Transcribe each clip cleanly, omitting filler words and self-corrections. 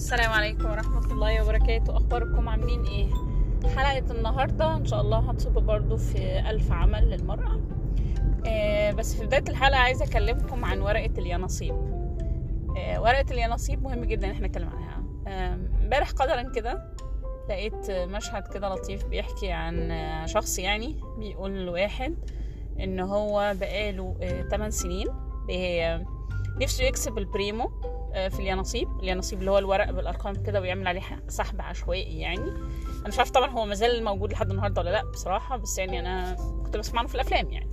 السلام عليكم ورحمة الله وبركاته. أخباركم عاملين إيه؟ حلقة النهاردة إن شاء الله هتصب برضو في 1000 عمل للمرأة. بس في بداية الحلقة عايزة أكلمكم عن ورقة اليانصيب. ورقة اليانصيب مهم جدا إحنا نتكلم عنها. امبارح قدرا كده لقيت مشهد كده لطيف بيحكي عن شخص يعني بيقول لواحد إن هو بقاله 8 سنين نفسه يكسب البريمو في اليانصيب اللي هو الورق بالارقام كده ويعمل عليه سحب عشوائي. يعني انا مش عارفه طبعا هو مازال موجود لحد النهارده ولا لا بصراحه، بس يعني انا كنت بسمع عنه في الافلام يعني.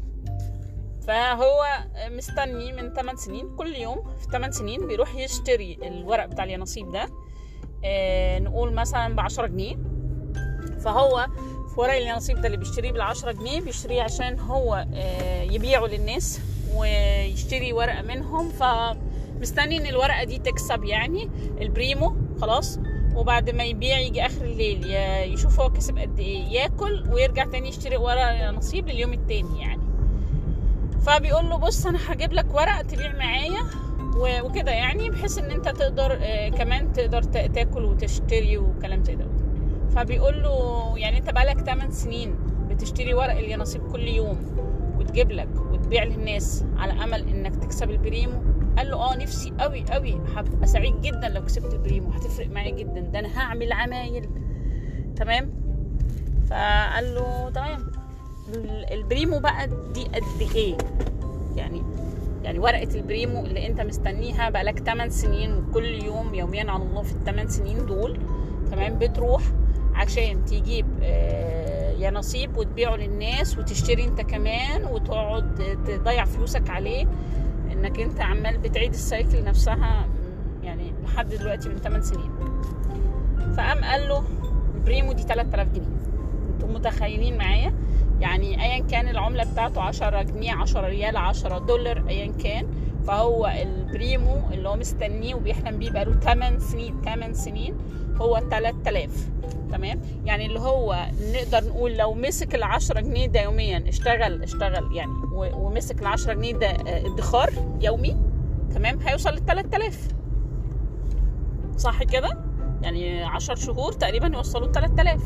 فهو مستني من 8 سنين، كل يوم في 8 سنين بيروح يشتري الورق بتاع اليانصيب ده، نقول مثلا ب10 جنيه. فهو في ورق اليانصيب ده اللي بيشتريه بال10 جنيه بيشتريه عشان هو يبيعه للناس ويشتري ورقه منهم. مستني ان الورقه دي تكسب يعني البريمو خلاص، وبعد ما يبيع يجي اخر الليل يشوف هو كسب قد ايه، ياكل ويرجع تاني يشتري ورقه نصيب لليوم التاني يعني. فبيقول له بص انا هجيب لك ورق تبيع معايا وكده يعني، بحيث ان انت تقدر كمان تقدر تاكل وتشتري وكلام زي ده. فبيقول له يعني انت بقالك 8 سنين بتشتري ورق اليانصيب كل يوم وتجيب لك وتبيع للناس على امل انك تكسب البريمو. قال له نفسي قوي قوي، هبقى سعيد جدا لو كسبت البريمو، هتفرق معايا جدا، ده انا هعمل عمايل تمام. فقال له تمام. البريمو بقى دي قد ايه يعني ورقه البريمو اللي انت مستنيها بقالك 8 سنين وكل يوم يوميا على الله في ال8 سنين دول تمام بتروح عشان تجيب يانصيب وتبيعه للناس وتشتري انت كمان وتقعد تضيع فلوسك عليه، انك انت عمال بتعيد السايكل نفسها يعني لحد دلوقتي من 8 سنين. فقام قال له البريمو دي 3000 جنيه. انتم متخيلين معايا يعني ايا كان العملة بتاعته 10 جنيه 10 ريال 10 دولار ايا كان، فهو البريمو اللي هو مستنيه وبيحلم بيه بقاله 8 سنين هو 3000 تمام. يعني اللي هو نقدر نقول لو مسك ال10 جنيه ده يوميا اشتغل يعني ومسك ال10 جنيه ده ادخار يومي تمام هيوصل ل3000 صح كده؟ يعني 10 شهور تقريبا يوصلوا 3000.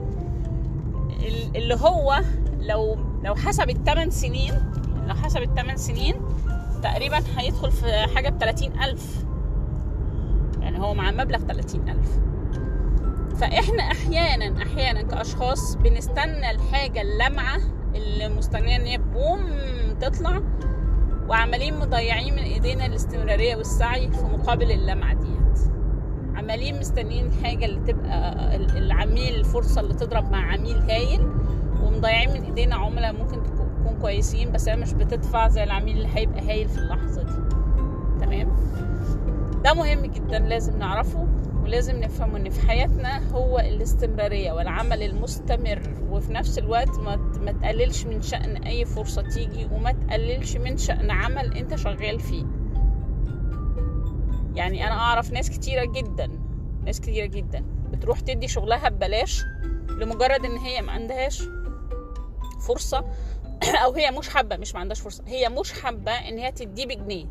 اللي هو لو حسب ال8 سنين، لو حسب ال8 سنين تقريبا هيدخل في حاجة ب30,000، يعني هو مع مبلغ 30,000. فاحنا احيانا كاشخاص بنستنى الحاجه اللمعه اللي مستنيه ان هي بوم تطلع، وعمالين مضيعين من ايدينا الاستمراريه والسعي في مقابل اللمعه ديت. عمالين مستنيين الحاجه اللي تبقى العميل، الفرصه اللي تضرب مع عميل هايل، ومضيعين من ايدينا عملاء ممكن تكون كويسين بس هي مش بتدفع زي العميل اللي هيبقى هايل في اللحظه دي تمام. ده مهم جدا لازم نعرفه ولازم نفهمه، ان في حياتنا هو الاستمرارية والعمل المستمر، وفي نفس الوقت ما تقللش من شأن اي فرصة تيجي، وما تقللش من شأن عمل انت شغال فيه. يعني انا اعرف ناس كتيرة جدا بتروح تدي شغلها ببلاش لمجرد ان هي ما عندهاش فرصة، او هي مش حابة، مش ما عندهاش فرصة، هي مش حابة ان هي تدي بجنيه.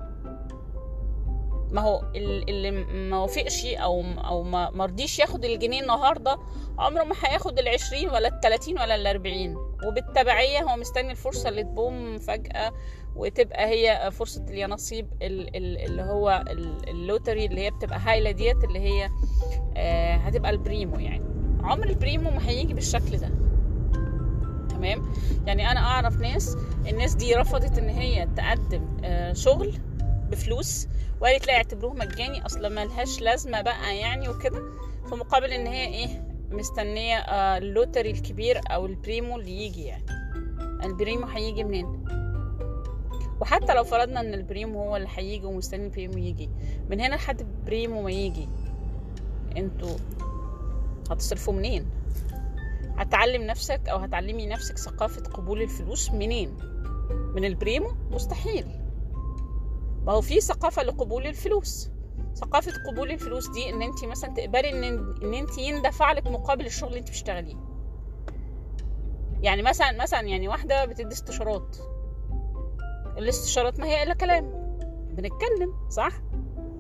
ما هو اللي ما وافقش او ما رضيش ياخد الجنيه النهارده عمره ما هياخد ال20 ولا ال30 ولا ال40، وبالتبعيه هو مستني الفرصه اللي تبوم فجاه وتبقى هي فرصه اليانصيب اللي هو اللوتري اللي هي بتبقى هايله ديت، اللي هي هتبقى البريمو. يعني عمر البريمو ما هيجي بالشكل ده تمام. يعني انا اعرف الناس دي رفضت ان هي تقدم شغل بفلوس، وقالت لا يعتبروه مجاني اصلا ما لهاش لازمه بقى يعني وكده، في مقابل ان هي مستنيه اللوتري الكبير او البريمو اللي يجي. يعني البريمو هيجي منين؟ وحتى لو فرضنا ان البريمو هو اللي هيجي ومستني البريمو يجي، من هنا لحد البريمو ما يجي انتوا هتصرفوا منين؟ هتعلم نفسك او هتعلمي نفسك ثقافه قبول الفلوس منين؟ من البريمو؟ مستحيل. ما هو في ثقافة لقبول الفلوس. ثقافة قبول الفلوس دي ان انت مثلا تقبلي ان انت يندفع لك مقابل الشغل اللي انت بتشتغليه. يعني مثلا يعني واحدة بتدي استشارات، الاستشارات ما هي الا كلام، بنتكلم صح؟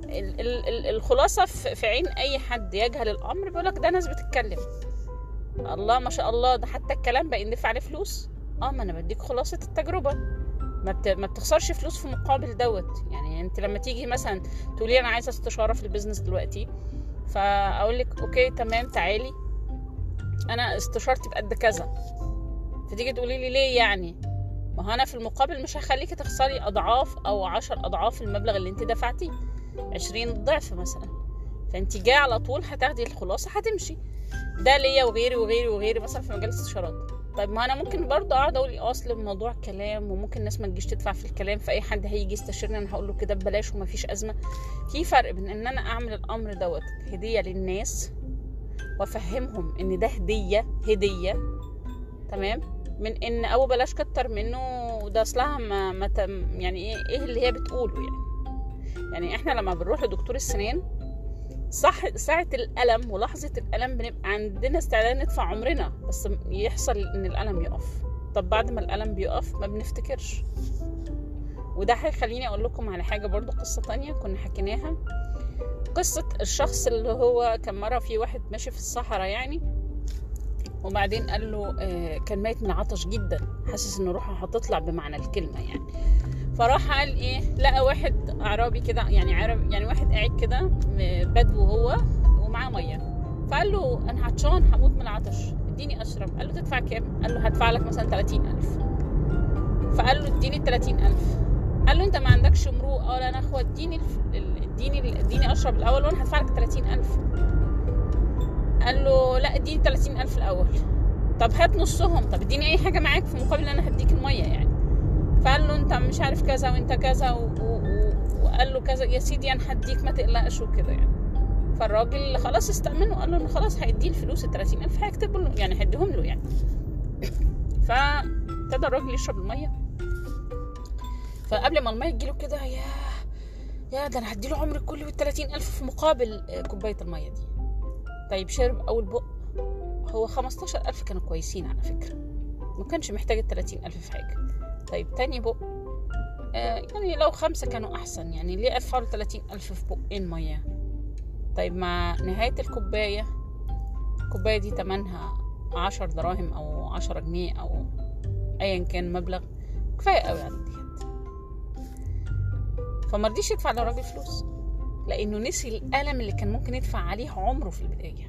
الخلاصة في عين اي حد يجهل الامر بيقولك ده ناس بتتكلم، الله ما شاء الله ده حتى الكلام بقى يندفع عليه فلوس. ما انا بديك خلاصة التجربة، ما بتخسرش فلوس في مقابل دوت. يعني انت لما تيجي مثلا تقولي انا عايزة استشارة في البيزنس دلوقتي، فاقول لك اوكي تمام تعالي انا استشارتي بقد كذا، فتيجي تقولي لي ليه يعني؟ ما هو انا في المقابل مش هخليكي تخسري اضعاف او 10 اضعاف المبلغ اللي انت دفعتيه، 20 ضعف مثلا، فانت جاي على طول هتاخدي الخلاصة هتمشي. ده ليا وغيري وغيري وغيري مثلا في مجال الاستشارات. طيب ما انا ممكن برضه اقعد اقول اصل الموضوع كلام، وممكن الناس ما تجيش تدفع في الكلام، فاي حد هيجي يستشيرني انا هقول له كده ببلاش ومفيش ازمه. في فرق بين ان انا اعمل الامر دوت هديه للناس وافهمهم ان ده هديه تمام، من ان ابو بلاش كتر منه ده اصلها ما يعني ايه اللي هي بتقوله يعني احنا لما بنروح لدكتور السنان صح ساعة الألم ولحظة الألم بنبقى عندنا استعداد ندفع عمرنا، بس يحصل ان الألم يقف. طب بعد ما الألم بيقف ما بنفتكرش. وده هيخليني اقول لكم على حاجة برضو، قصة تانية كنا حكيناها، قصة الشخص اللي هو كان مرة في واحد ماشي في الصحراء يعني، وبعدين قال له كان ميت من العطش جدا، حاسس ان روحه هتطلع بمعنى الكلمة يعني. فراح قال ايه، لقى واحد اعرابي كده يعني واحد قاعد كده بدو هو ومعاه ميه، فقال له انا عطشان هموت من العطش اديني اشرب. قال له تدفع كام؟ قال له هدفع لك مثلا 30,000. فقال له اديني 30,000. قال له انت ما عندكش مروءه؟ قال انا اخوه اديني اشرب الاول وانا هدفع لك 30,000. قال له لا اديني 30,000 الاول. طب هات نصهم، طب اديني اي حاجه معاك في مقابل ان انا هديك الميه يعني. فقال له انت مش عارف كذا وانت كذا وقال له كذا، يا سيدي انا هديك ما تقلقش وكده يعني. فالراجل خلاص استأمنه، قال له انه خلاص هيديه الفلوس 30,000 هيكتبوا له يعني هيديهم له يعني. فابتدى الراجل يشرب الميه، فقبل ما الميه تجيله كده يا ده انا هديله عمري كله وال30,000 في مقابل كوبايه الميه دي. طيب شرب اول بق، هو 15,000 كانوا كويسين على فكره، ما كانش محتاج 30,000 في حاجه. طيب تاني بق يعني لو 5 كانوا احسن، يعني ليه ادفع له 30,000 في بقين ميه؟ طيب مع نهايه الكوبايه دي تمنها 10 دراهم او 10 جنيه او ايا كان مبلغ، كفايه قوي عندي. فما رضيش يدفع للراجل فلوس لانه نسي الالم اللي كان ممكن يدفع عليه عمره في البدايه.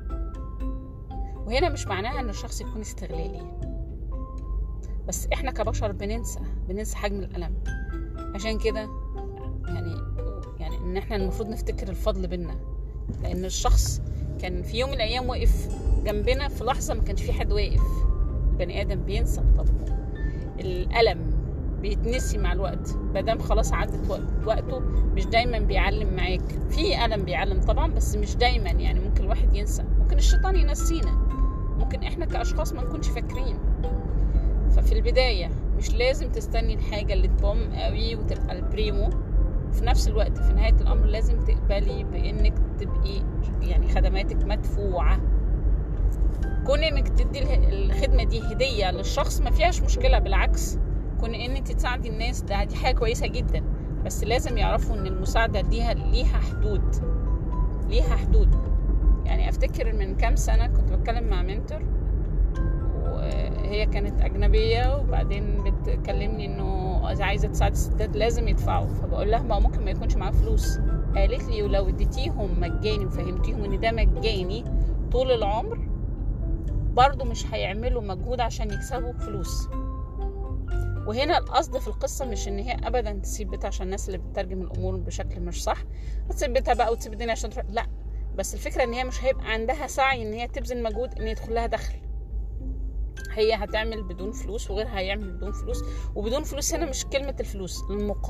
وهنا مش معناها ان الشخص يكون استغلالي، بس احنا كبشر بننسى حجم الالم. عشان كده يعني ان احنا المفروض نفتكر الفضل بينا، لان الشخص كان في يوم من الايام واقف جنبنا في لحظه ما كانش في حد واقف. البني ادم بينسى بطبعه، الالم بيتنسي مع الوقت، مادام خلاص عدت وقته. مش دايما بيعلم معاك، في الم بيعلم طبعا بس مش دايما يعني. ممكن الواحد ينسى، ممكن الشيطان ينسينا، ممكن احنا كاشخاص ما نكونش فاكرين. ففي البداية مش لازم تستني الحاجة اللي تبوم قوي وتبقى البريمو. في نفس الوقت في نهاية الأمر لازم تقبلي بإنك تبقي يعني خدماتك مدفوعة. كون إنك تدي الخدمة دي هدية للشخص ما فيهاش مشكلة، بالعكس كون إنك تساعدي الناس دي حاجة كويسة جدا، بس لازم يعرفوا إن المساعدة ليها حدود. يعني أفتكر من كام سنة كنت بتكلم مع منتور، وهي كانت أجنبية، وبعدين بتكلمني إنه إذا عايزة تساعد الستات لازم يدفعوا. فبقول لها ما ممكن ما يكونش معاه فلوس. قالت لي ولو اديتيهم مجاني وفهمتيهم إن ده مجاني طول العمر برضو مش هيعملوا مجهود عشان يكسبوا فلوس. وهنا القصد في القصة مش إن هي أبدا تسيب بيتها، عشان الناس اللي بتترجم الأمور بشكل مش صح تسيب بيتها بقى وتسيب الدنيا عشان تروح، لا. بس الفكرة إن هي مش هيبقى عندها سعي إن هي تبذل مجهود إن يدخل لها دخل. هي هتعمل بدون فلوس وغيرها هيعمل بدون فلوس. وبدون فلوس هنا مش كلمة الفلوس،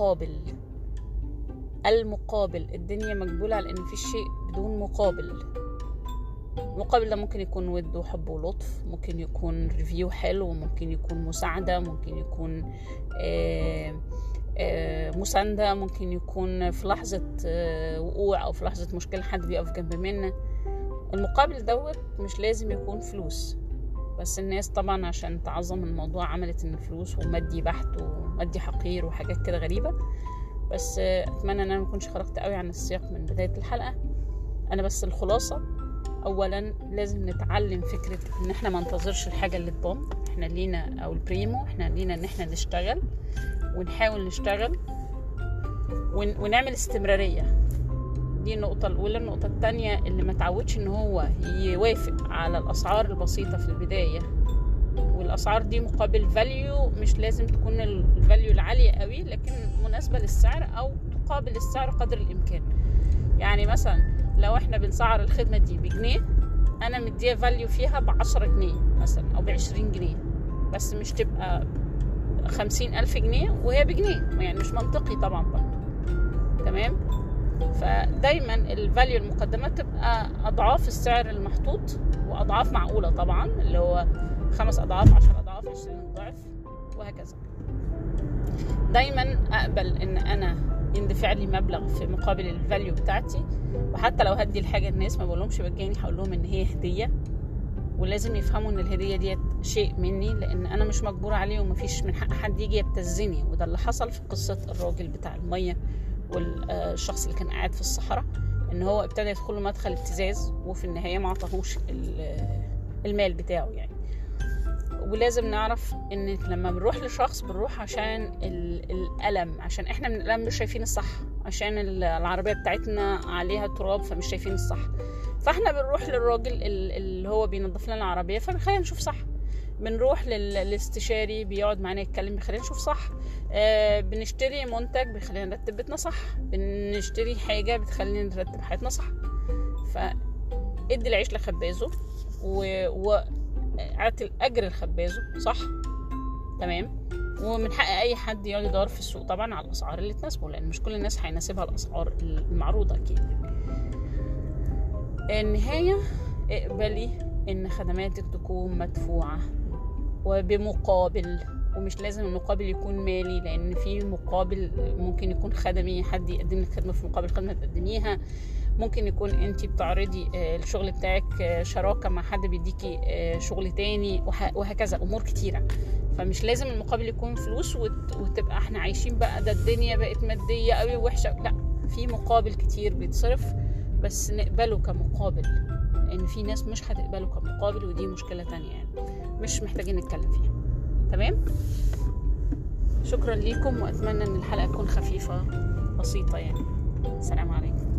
المقابل. الدنيا مقبولة على إن في شيء بدون مقابل. المقابل ده ممكن يكون ود وحب ولطف، ممكن يكون ريفيو حلو، ممكن يكون مساعدة، ممكن يكون مساندة، ممكن يكون في لحظة وقوع أو في لحظة مشكلة حد بيقف جنب منا. المقابل دوت مش لازم يكون فلوس، بس الناس طبعا عشان تعظم الموضوع عملت ان الفلوس ومادي بحت ومادي حقير وحاجات كده غريبة. بس اتمنى ان انا ما اكونش خرجت قوي عن السياق من بداية الحلقة. انا بس الخلاصة، اولا لازم نتعلم فكرة ان احنا ما ننتظرش الحاجة اللي تبوم. احنا لينا او البريمو، احنا لينا ان احنا نشتغل ونحاول نشتغل ونعمل استمرارية. دي النقطة الأولى. النقطة التانية، اللي ما تعودش ان هو يوافق على الأسعار البسيطة في البداية، والأسعار دي مقابل فاليو، مش لازم تكون الفاليو العالية قوي، لكن مناسبة للسعر أو تقابل السعر قدر الإمكان. يعني مثلا لو احنا بنسعر الخدمة دي بجنيه، أنا مدية فاليو فيها ب10 جنيه مثلا أو ب20 جنيه، بس مش تبقى 50,000 جنيه وهي بجنيه، يعني مش منطقي طبعا برضه. تمام؟ فدايما الفاليو المقدمة تبقى أضعاف السعر المحطوط، وأضعاف معقولة طبعا، اللي هو 5 أضعاف، 10 أضعاف، 20 ضعف، وهكذا. دايما أقبل إن أنا يندفع لي مبلغ في مقابل الفاليو بتاعتي، وحتى لو هدي الحاجة الناس ما بقولهمش بجاني، هقول لهم إن هي هدية، ولازم يفهموا إن الهدية دي شيء مني، لأن أنا مش مجبورة عليه، ومفيش من حق حد يجي يبتزني. وده اللي حصل في قصة الراجل بتاع المية والشخص اللي كان قاعد في الصحراء، ان هو ابتدى يدخله مدخل ابتزاز، وفي النهاية ما عطاهوش المال بتاعه يعني. ولازم نعرف ان لما بنروح لشخص بنروح عشان الألم، عشان احنا من الألم مش شايفين الصح، عشان العربية بتاعتنا عليها تراب فمش شايفين الصح، فاحنا بنروح للراجل اللي هو بينظف لنا العربية فبيخلينا نشوف صح. بنروح للاستشاري بيقعد معانا يتكلم بيخلينا نشوف صح. بنشتري منتج بيخلينا نرتب بيتنا صح. بنشتري حاجة بتخلينا نرتب حياتنا صح. فادي العيش لخبازه واعطي الأجر لخبازه، صح؟ تمام. ومن حق أي حد يقعد يدور في السوق طبعا على الأسعار اللي تناسبه، لأن مش كل الناس هيناسبها الأسعار المعروضة أكيد. النهاية، اقبلي إن خدماتك تكون مدفوعة وبمقابل، ومش لازم المقابل يكون مالي، لان في مقابل ممكن يكون خدمي، حد يقدم لك خدمه في مقابل خدمه تقدميها. ممكن يكون انت بتعرضي الشغل بتاعك شراكه مع حد بيديكي شغل تاني، وهكذا امور كتيره. فمش لازم المقابل يكون فلوس وتبقى احنا عايشين بقى ده الدنيا بقت ماديه قوي ووحشه. لا، في مقابل كتير بيتصرف، بس نقبله كمقابل، لان في ناس مش هتقبله كمقابل، ودي مشكله تانية يعني مش محتاجين نتكلم فيها. تمام؟ شكرا ليكم، واتمنى ان الحلقه تكون خفيفه بسيطه يعني. السلام عليكم.